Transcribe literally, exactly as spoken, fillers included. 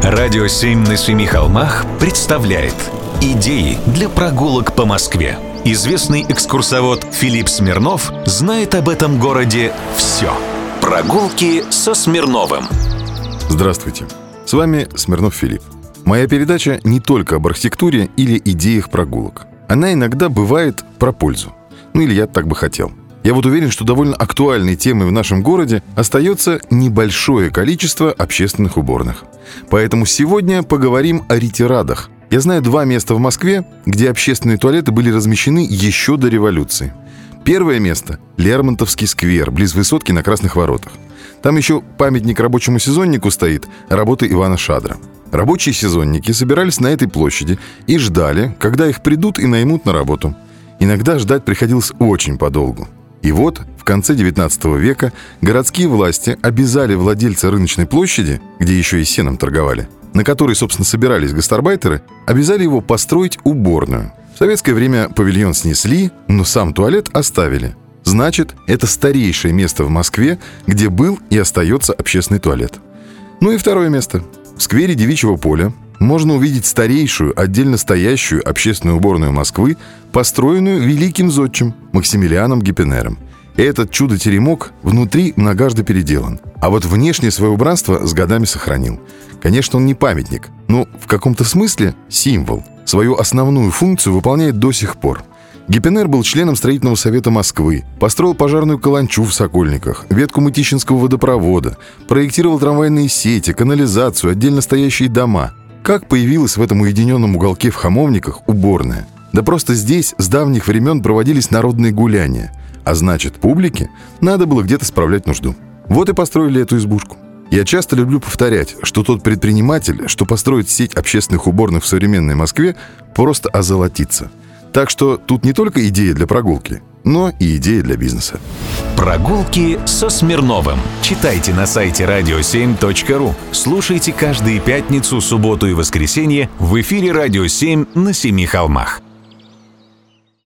Радио семь на семи холмах представляет идеи для прогулок по Москве. Известный экскурсовод Филипп Смирнов знает об этом городе все. Прогулки со Смирновым. Здравствуйте, с вами Смирнов Филипп. Моя передача не только об архитектуре или идеях прогулок. Она иногда бывает про пользу. Ну или я так бы хотел. Я вот уверен, что довольно актуальной темой в нашем городе остается небольшое количество общественных уборных. Поэтому сегодня поговорим о ретирадах. Я знаю два места в Москве, где общественные туалеты были размещены еще до революции. Первое место – Лермонтовский сквер, близ Высотки на Красных воротах. Там еще памятник рабочему сезоннику стоит, работы Ивана Шадра. Рабочие сезонники собирались на этой площади и ждали, когда их придут и наймут на работу. Иногда ждать приходилось очень подолгу. И вот в конце девятнадцатого века городские власти обязали владельца рыночной площади, где еще и сеном торговали, на которой, собственно, собирались гастарбайтеры, обязали его построить уборную. В советское время павильон снесли, но сам туалет оставили. Значит, это старейшее место в Москве, где был и остается общественный туалет. Ну и второе место. В сквере Девичьего поля можно увидеть старейшую, отдельно стоящую общественную уборную Москвы, построенную великим зодчим Максимилианом Гиппенером. Этот чудо-теремок внутри многожды переделан, а вот внешнее свое убранство с годами сохранил. Конечно, он не памятник, но в каком-то смысле символ. Свою основную функцию выполняет до сих пор. Гиппенер был членом строительного совета Москвы, построил пожарную каланчу в Сокольниках, ветку Мытищинского водопровода, проектировал трамвайные сети, канализацию, отдельно стоящие дома. Как появилась в этом уединенном уголке в Хамовниках уборная? Да просто здесь с давних времен проводились народные гуляния. А значит, публике надо было где-то справлять нужду. Вот и построили эту избушку. Я часто люблю повторять, что тот предприниматель, что построит сеть общественных уборных в современной Москве, просто озолотится. Так что тут не только идея для прогулки, но и идея для бизнеса. Прогулки со Смирновым. Читайте на сайте радио семь точка ру. Слушайте каждые пятницу, субботу и воскресенье в эфире «Радио семь» на Семи холмах.